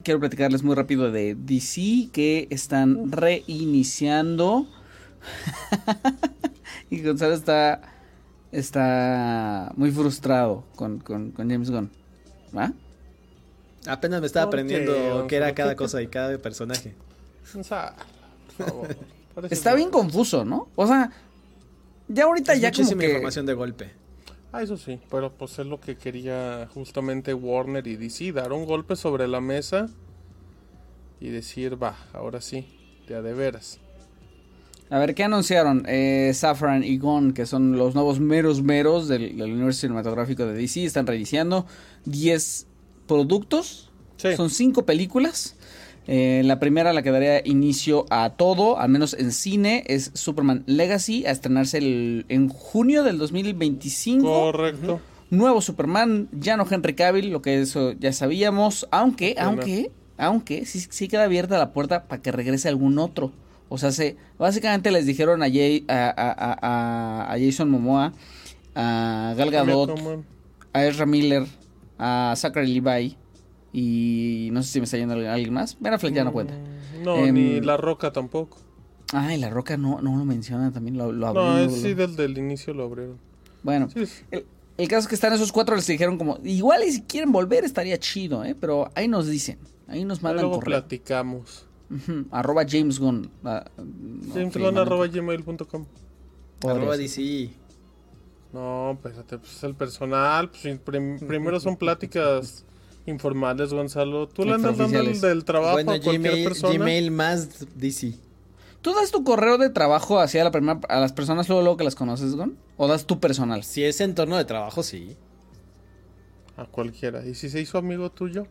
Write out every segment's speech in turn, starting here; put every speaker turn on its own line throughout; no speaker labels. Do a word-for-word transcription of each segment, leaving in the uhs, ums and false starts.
quiero platicarles muy rápido de D C, que están reiniciando. Y Gonzalo está, está muy frustrado con, con, con James Gunn. ¿Va?
Apenas me estaba
Okay,
aprendiendo qué era cada
¿qué,
cosa y cada personaje.
O sea, por favor.
Está bien confuso, ¿no? O sea, ya ahorita
es
ya como
muchísima
que...
información de golpe.
Ah, eso sí, pero pues es lo que quería justamente Warner y D C, dar un golpe sobre la mesa y decir, va, ahora sí, de a de veras.
A ver, ¿qué anunciaron? Eh, Safran y Gunn, que son los nuevos meros meros del, del universo cinematográfico de D C, están reiniciando diez productos,
Sí.
son cinco películas. Eh, la primera, la que daría inicio a todo, al menos en cine, es Superman Legacy, a estrenarse el, en junio del dos mil veinticinco.
Correcto.
Uh-huh. Nuevo Superman, ya no Henry Cavill, lo que eso ya sabíamos, aunque, bueno. aunque, aunque, sí, sí queda abierta la puerta para que regrese algún otro. O sea, se, básicamente les dijeron a, Jay, a, a, a, a Jason Momoa, a Gal Gadot, a Ezra Miller, a Zachary Levi y no sé si me está yendo alguien más. Ben Affleck ya no cuenta.
No, eh, ni La Roca tampoco.
Ay, La Roca no, no lo menciona también, lo, lo abrió.
No, es, sí, desde el inicio lo abrieron.
Bueno, sí, sí. El, el caso es que están esos cuatro, les dijeron como, igual y si quieren volver estaría chido, ¿eh? Pero ahí nos dicen, ahí nos mandan
luego
correo.
platicamos.
Uh-huh. Arroba James Gunn. Uh,
James Gunn no, arroba gmail punto com.
Arroba D C.
No, espérate, pues es el personal. Pues, prim- primero son pláticas informales, Gonzalo. Tú le andas dando el del trabajo
bueno,
a cualquier
Gmail,
persona.
Gmail más D C.
¿Tú das tu correo de trabajo hacia la primera, a las personas luego, luego que las conoces, Gon? ¿O das tu personal?
Si es entorno de trabajo, sí.
A cualquiera. ¿Y si se hizo amigo tuyo?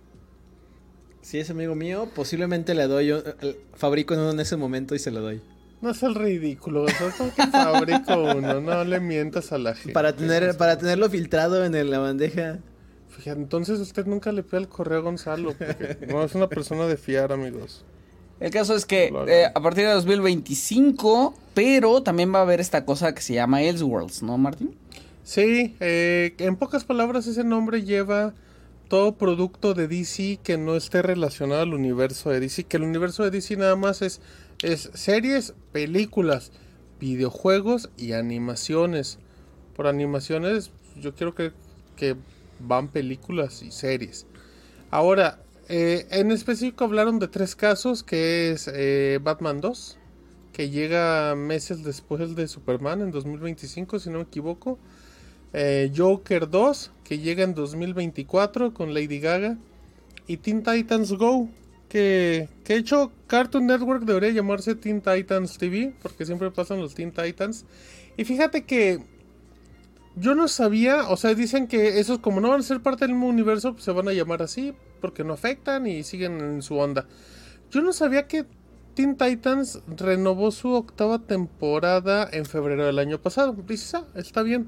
Si es amigo mío, posiblemente le doy, yo, fabrico uno en ese momento y se lo doy.
No es el ridículo, ¿sabes? Que fabrico uno, no le mientas a la gente.
Para tener, para tenerlo filtrado en la bandeja.
Fíjate, entonces usted nunca le pide el correo a Gonzalo, porque no es una persona de fiar, amigos.
El caso es que eh, a partir de dos mil veinticinco, pero también va a haber esta cosa que se llama Elseworlds, ¿no, Martín?
Sí, eh, en pocas palabras ese nombre lleva todo producto de D C que no esté relacionado al universo de D C, que el universo de D C nada más es, es series, películas, videojuegos y animaciones. Por animaciones yo quiero que, que van películas y series. Ahora, eh, en específico hablaron de tres casos, que es eh, Batman dos, que llega meses después de Superman en dos mil veinticinco, si no me equivoco. Eh, Joker dos, que llega en dos mil veinticuatro con Lady Gaga. Y Teen Titans Go, que, que de hecho Cartoon Network debería llamarse Teen Titans T V, porque siempre pasan los Teen Titans. Y fíjate que yo no sabía, o sea, dicen que esos como no van a ser parte del mismo universo, pues se van a llamar así, porque no afectan y siguen en su onda. Yo no sabía que Teen Titans renovó su octava temporada en febrero del año pasado. Dices, ah, está bien.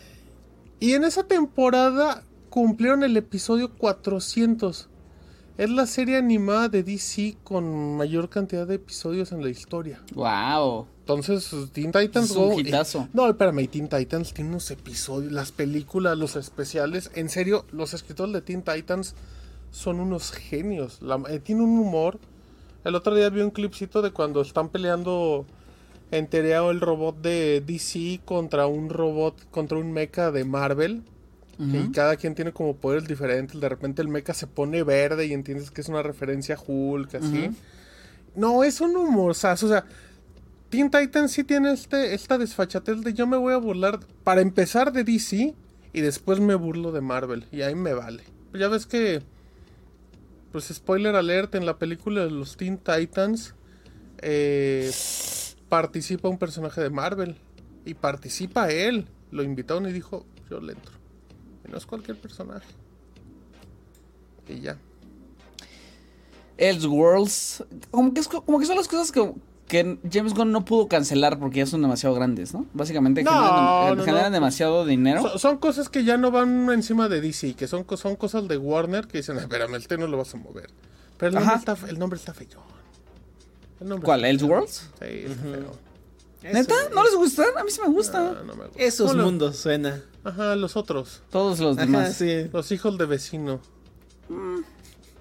Y en esa temporada cumplieron el episodio cuatrocientos. Es la serie animada de D C con mayor cantidad de episodios en la historia.
¡Wow!
Entonces, Teen Titans
es un
Go,
hitazo.
eh, no, espérame, Teen Titans tiene unos episodios, las películas, los especiales. En serio, los escritores de Teen Titans son unos genios. La, eh, tiene un humor. El otro día vi un clipcito de cuando están peleando en teoría el robot de D C contra un robot, contra un mecha de Marvel. Uh-huh. Y cada quien tiene como poderes diferentes. De repente el mecha se pone verde y entiendes que es una referencia a Hulk, así. Uh-huh. No, es un humorzazo. O sea, Teen Titans sí tiene este, esta desfachatez de yo me voy a burlar, para empezar, de D C y después me burlo de Marvel. Y ahí me vale. Ya ves que, pues spoiler alert, en la película de los Teen Titans eh, participa un personaje de Marvel. Y participa él. Lo invitaron y dijo, yo le entro. Y no es cualquier personaje. Y ya.
Elseworlds, como que, es, como que son las cosas que, que James Gunn no pudo cancelar porque ya son demasiado grandes, ¿no? Básicamente
no,
generan,
no,
generan
no.
demasiado dinero.
Son, son cosas que ya no van encima de D C, que son, son cosas de Warner que dicen, espérame, el té no lo vas a mover. Pero el nombre, está, el nombre está feo. El nombre
¿Cuál?
está
¿Elseworlds?
Sí, está uh-huh. feo.
¿Neta? ¿No les gustan? A mí sí me gusta.
No, no me gusta.
Esos
no,
mundos suena.
Ajá, los otros.
Todos los
Ajá,
demás.
Sí.
Los hijos de vecino.
Mm.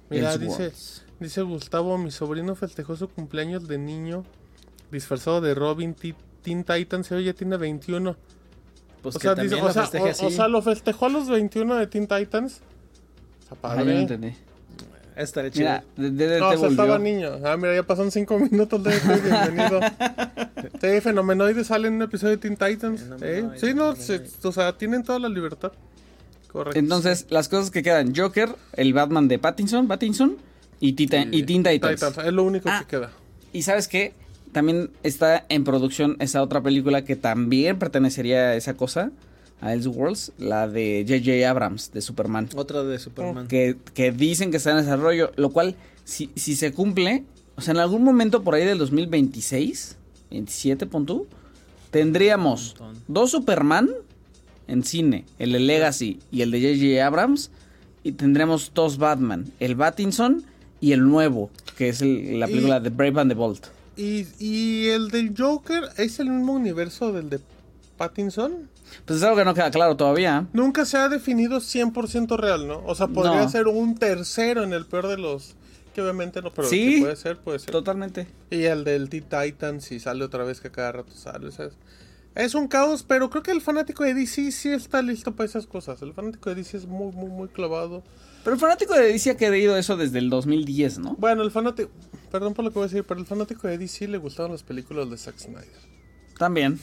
Mira, dice, dice Gustavo, mi sobrino festejó su cumpleaños de niño disfrazado de Robin, T- Teen Titans, y hoy ya tiene veintiuno.
Pues
O
que
sea,
también
dice,
lo
o, sea,
festeje
o,
así.
o sea, lo festejó a los veintiuno de Teen Titans. O sea,
Ah, yo no
padre.
entendí.
Estaría chido.
Mira, de- de-
No,
te
o sea,
volvió.
estaba niño. Ah, mira, ya pasaron cinco minutos de este, bienvenido. Sí, Fenomenoide sale en un episodio de Teen Titans. ¿eh?
Fenomenoide,
Sí, no, se-
Fenomenoide.
o sea, tienen toda la libertad. Correcto.
Entonces, las cosas que quedan: Joker, el Batman de Pattinson, Pattinson y, Tita- y Teen Titans.
Titans, es lo único
Ah.
que queda.
Y ¿sabes qué? También está en producción esa otra película que también pertenecería a esa cosa, a Elseworlds, la de J J Abrams, de Superman.
Otra de Superman.
Que, que dicen que está en desarrollo, lo cual, si, si se cumple, o sea, en algún momento por ahí del dos mil veintiséis, veintisiete, pon tú, tendríamos
Un montón.
dos Superman en cine, el de Legacy y el de J J Abrams, y tendremos dos Batman, el Pattinson y el nuevo, que es el- la
Y-
película de Brave and the Bold.
¿Y, y el del Joker es el mismo universo del de Pattinson?
Pues es algo que no queda claro todavía.
Nunca se ha definido cien por ciento real, ¿no? O sea, podría
No.
ser un tercero en el peor de los... Que obviamente no, pero
Sí.
que puede ser, puede ser.
Totalmente.
Y el del Teen Titans, si sale otra vez que cada rato sale, ¿sabes? Es un caos, pero creo que el fanático de D C sí está listo para esas cosas. El fanático de D C es muy, muy, muy clavado.
Pero el fanático de D C ha querido eso desde el dos mil diez, ¿no?
Bueno, el fanático... Perdón por lo que voy a decir, pero el fanático de D C le gustaban las películas de Zack Snyder.
También.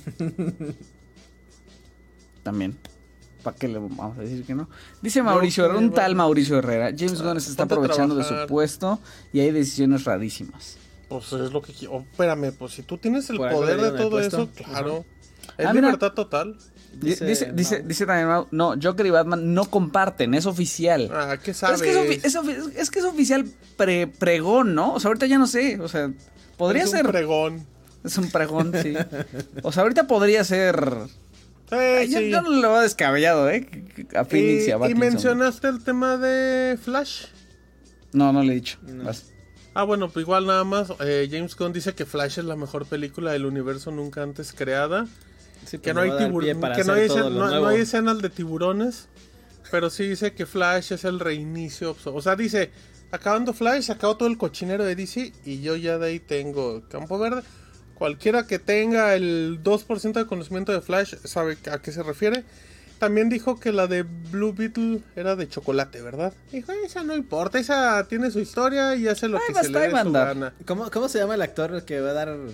También. ¿Para qué le vamos a decir que no? Dice Mauricio,
creo
un
que
tal
va-
Mauricio Herrera. James Gunn se está
ponte a
aprovechando de su
trabajar.
puesto y hay decisiones rarísimas.
Pues es lo que quiero. Oh, espérame, pues si tú tienes el
Por algo
poder
le
de
dieron el
todo
puesto.
eso, claro. Es
Ah, mira.
libertad total.
Di- Dice,
Dice
dice,
Mau.
dice, también Mau, no, Joker y Batman no comparten, es oficial.
Ah, ¿qué
Pero
sabes?
es que es, ofi- es ofi- es que es oficial pre- pregón, ¿no? O sea, ahorita ya no sé, o sea, podría
Es un
ser.
pregón.
Es un pregón, sí. O sea, ahorita podría ser.
Sí,
Ay, yo,
sí.
yo no lo veo descabellado, ¿eh? A Phoenix y,
y,
a
y
Pattinson.
mencionaste el tema de Flash.
No, no le he dicho.
No.
Vas.
Ah, bueno, pues igual nada más. eh, James Gunn dice que Flash es la mejor película del universo nunca antes creada.
Sí,
Que
pues
no hay,
le va a dar
tibur-
pie para
que no
hacer
hay,
todo
escen-
lo
no- no
nuevo.
hay escenas de tiburones. Pero sí dice que Flash es el reinicio. O sea, dice, acabando Flash, acabo todo el cochinero de D C y yo ya de ahí tengo campo verde. Cualquiera que tenga el dos por ciento de conocimiento de Flash sabe a qué se refiere. También dijo que la de Blue Beetle era de chocolate, ¿verdad? Dijo, esa no importa, esa tiene su historia y hace lo
Ay,
que
basta
se le
de
dé su
mandar.
gana.
¿Cómo, ¿Cómo se llama el actor que va a dar...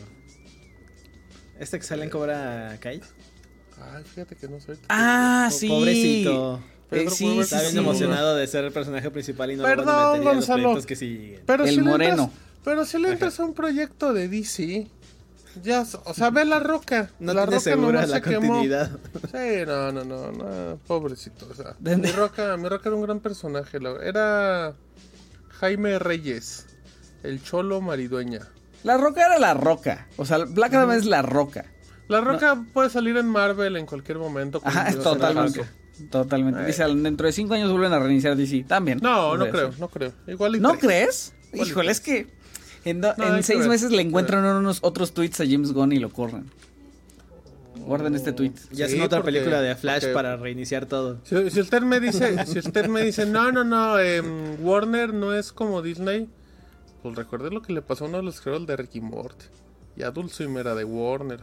Este que sale en Cobra Kai?
Ay, fíjate que no soy...
Ah,
Po-
sí.
Pobrecito.
Eh,
Pedro
sí,
Weber
sí,
Está bien
sí.
emocionado de ser el personaje principal y no
Perdón,
lo van a meter ya en los
Gonzalo.
proyectos que siguen.
Pero
El
si le
moreno.
entras- pero si le entras a un proyecto de D C, ya, o sea, ve La Roca.
No
la
tiene
Roca
segura
nomás
la
se quemó.
continuidad.
Sí, no, no, no, no, pobrecito, o sea,
¿De-
mi Roca, mi Roca era un gran personaje, la- era Jaime Reyes, el cholo maridueña.
La Roca era la Roca. O sea, Black Adam es la Roca.
La Roca puede salir en Marvel en cualquier momento. con
Ajá,
un
totalmente.
personajazo.
Totalmente.
Ay.
Dice, dentro de cinco años vuelven a reiniciar D C. También.
No, no
Puede
creo,
ser.
no creo. Igual y
¿No
tres.
crees?
Igual y
Híjole, es que en, do-
No,
en
hay que
seis
ver,
meses le
hay que
encuentran unos otros tweets a James Gunn y lo corren. Guarden este tweet.
Ya
Sí,
hacen otra
porque-
película de Flash
porque-
para reiniciar todo.
Si, si usted me dice, si usted me dice, no, no, no, em, Warner no es como Disney, pues recuerde lo que le pasó a uno de los creadores de Ricky Morty. Y Adult Swim era de Warner.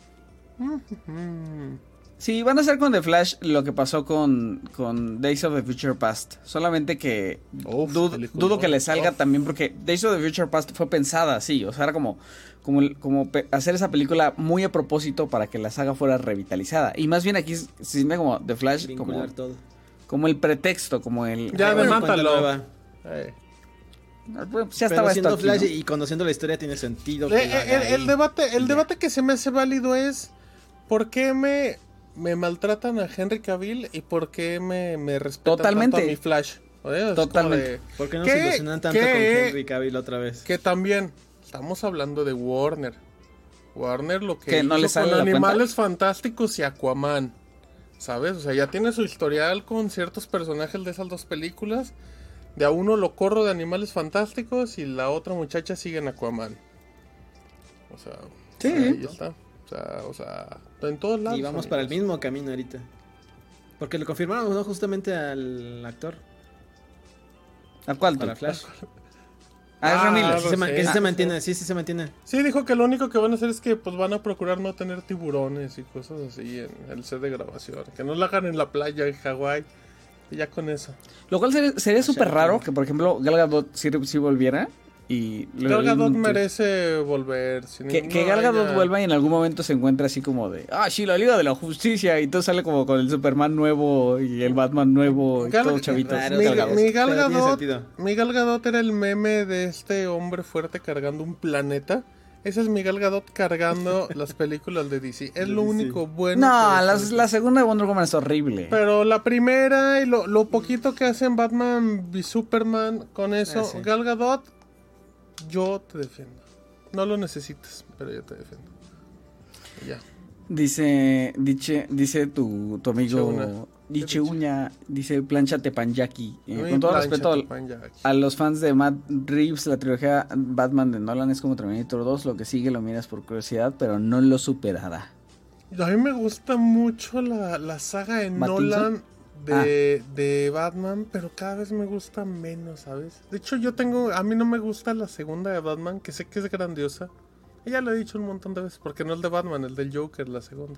Mm.
Sí, van a hacer con The Flash lo que pasó con, con Days of the Future Past. Solamente que
Uf,
dud-
película.
dudo que le salga
Uf.
también porque Days of the Future Past fue pensada así. O sea, era como, como, el- como pe- hacer esa película muy a propósito para que la saga fuera revitalizada. Y más bien aquí se siente como The Flash como,
Vincular todo.
como el pretexto, como el...
Ya,
Ay, bueno,
demátalo.
cuenta nueva.
Eh.
Pues ya
Pero
estaba esto
siendo
aquí,
Flash
¿no?
y conociendo la historia tiene sentido. que
Eh,
lo
eh,
haga
el, el
ahí.
debate, el
Ya.
debate que se me hace válido es ¿por qué me, me maltratan a Henry Cavill y por qué me, me respetan
Totalmente.
tanto a mi Flash? ¿Eh? Es como
Totalmente.
de-
¿Por qué no
¿Qué?
se ilusionan tanto
¿Qué?
con Henry Cavill otra vez?
Que también estamos hablando de Warner. Warner lo que
¿Que no
hizo
le sale
con
la cuenta?
Animales Fantásticos y Aquaman. ¿Sabes? O sea, ya tiene su historial con ciertos personajes de esas dos películas. De a uno lo corro de Animales Fantásticos y la otra muchacha sigue en Aquaman. O sea,
Sí.
ahí está. O sea, o sea, en todos lados.
Y vamos
amigos.
para el mismo camino ahorita. Porque le confirmaron, ¿no? Justamente al actor.
¿A cuál tú?
Para Flash.
Ah, es
Ah,
Ramírez.
Sí se man-
sí.
que sí
Ah,
se mantiene, sí, sí se mantiene.
Sí, dijo que lo único que van a hacer es que pues van a procurar no tener tiburones y cosas así en el set de grabación. Que no lo hagan en la playa en Hawái. Y ya con eso.
Lo cual sería, sería súper raro que, por ejemplo, Gal Gadot sí, sí volviera y...
Gal Gadot merece volver. Sin
Que, que
no
Gal Gadot
haya-
vuelva y en algún momento se encuentre así como de... Ah, sí, la Liga de la Justicia. Y todo sale como con el Superman nuevo y el Batman nuevo y
Gal-
todos chavitos.
Claro,
Mi,
Gal Gadot.
mi Gal
Pero tiene
Gadot,
sentido.
mi Gal Gadot era el meme de este hombre fuerte cargando un planeta. Ese es mi Gal Gadot cargando las películas de D C. Es lo
D C.
único bueno.
No,
que
la,
es-
la segunda de Wonder Woman es horrible.
Pero la primera y lo, lo poquito que hacen Batman y Superman con eso,
Ah, sí.
Gal Gadot, yo te defiendo. No lo necesitas, pero yo te defiendo. Y ya.
Dice, dice, dice tu, tu amigo...
Cheuna.
Dice
¿Qué dice?
Uña, dice Plancha Tepanyaki. Eh,
Muy
con todo
plancha,
respeto al-
Tepanyaki.
a los fans de Matt Reeves, la trilogía Batman de Nolan es como Terminator dos. Lo que sigue lo miras por curiosidad, pero no lo superará.
A mí me gusta mucho la, la saga de
¿Pattinson?
Nolan de, de Batman, pero cada vez me gusta menos, ¿sabes? De hecho, yo tengo, a mí no me gusta la segunda de Batman, que sé que es grandiosa. Ya lo he dicho un montón de veces, porque no es de Batman, el del Joker, la segunda.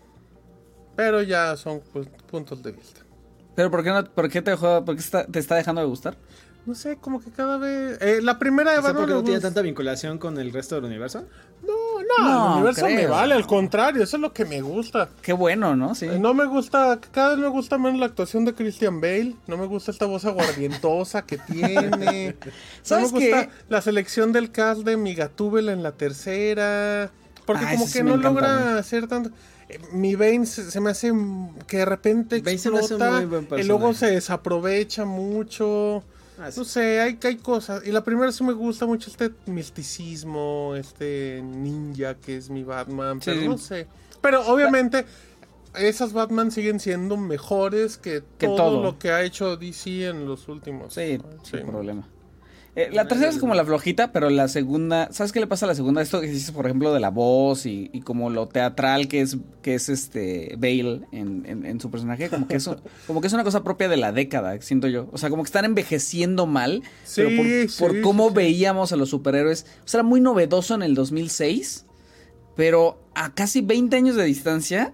Pero ya son pues, puntos de vista.
Pero ¿por qué, no, por qué te, dejó- por qué está- te está dejando de gustar?
No sé, como que cada vez... eh, la primera de
¿Quizá
Batman...
porque no
me
tiene
gusta-
tanta vinculación con el resto del universo?
No, no,
No,
el universo me
creo.
vale, al contrario, eso es lo que me gusta.
Qué bueno, ¿no? Sí.
Eh, No me gusta, cada vez me gusta menos la actuación de Christian Bale. No me gusta esta voz aguardientosa que tiene. No me
¿Sabes
gusta
qué?
la selección del cast de mi Gatúbela en la tercera. Porque
Ah,
como
ese
que
sí me
no
encanta a
logra hacer tanto. Eh, Mi Bane se, se me hace mm, que de repente
Bane se me hace un
explota
muy buen
y luego
personaje.
se desaprovecha mucho.
Ah, sí.
No sé, hay, hay cosas. Y la primera sí me gusta mucho este misticismo, este ninja que es mi Batman,
Sí,
pero
sí.
no sé. Pero obviamente esas Batman siguen siendo mejores que,
Que
todo,
todo.
lo que ha hecho D C en los últimos.
Sí,
años.
sin problema. Eh, la tercera es como la flojita, pero la segunda, ¿sabes qué le pasa a la segunda? Esto que dices, por ejemplo, de la voz y, y como lo teatral que es, que es este Bale en, en, en su personaje, como que eso, como que es una cosa propia de la década, siento yo. O sea, como que están envejeciendo mal,
Sí,
pero por,
sí,
por cómo
sí, sí.
veíamos a los superhéroes. O sea, era muy novedoso en el dos mil seis, pero a casi veinte años de distancia,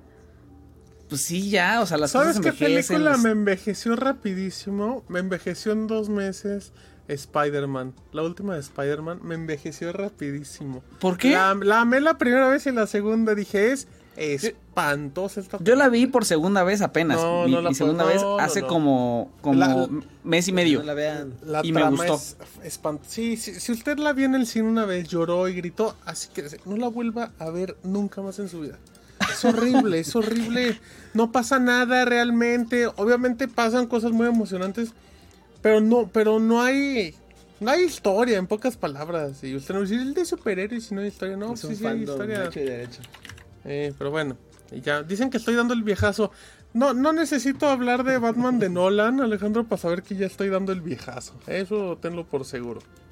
pues sí, ya, o sea, las
¿Sabes
cosas
qué
envejecen.
película
las-
me envejeció rapidísimo? Me envejeció en dos meses. Spider-Man, la última de Spider-Man, me envejeció rapidísimo.
¿Por qué?
La, la amé la primera vez y la segunda dije, es espantosa esta
Yo la vi por segunda vez apenas.
No,
mi,
no la
mi
puedo-
segunda
no,
vez
no,
hace
no.
como, como
La-
mes y medio.
No la vean.
La
Y me
trama
gustó.
es espant- sí, sí, si usted la vio en el cine una vez, lloró y gritó, así que no la vuelva a ver nunca más en su vida. Es horrible, es horrible. No pasa nada realmente. Obviamente pasan cosas muy emocionantes, pero no, pero no hay, no hay historia, en pocas palabras. Y usted no dice, el de superhéroes y no hay historia. No,
Es
sí,
un
sí hay
fandom
historia.
hecho y derecho.
Eh, pero bueno, y ya dicen que estoy dando el viejazo. No, no necesito hablar de Batman de Nolan, Alejandro, para saber que ya estoy dando el viejazo. Eso tenlo por seguro.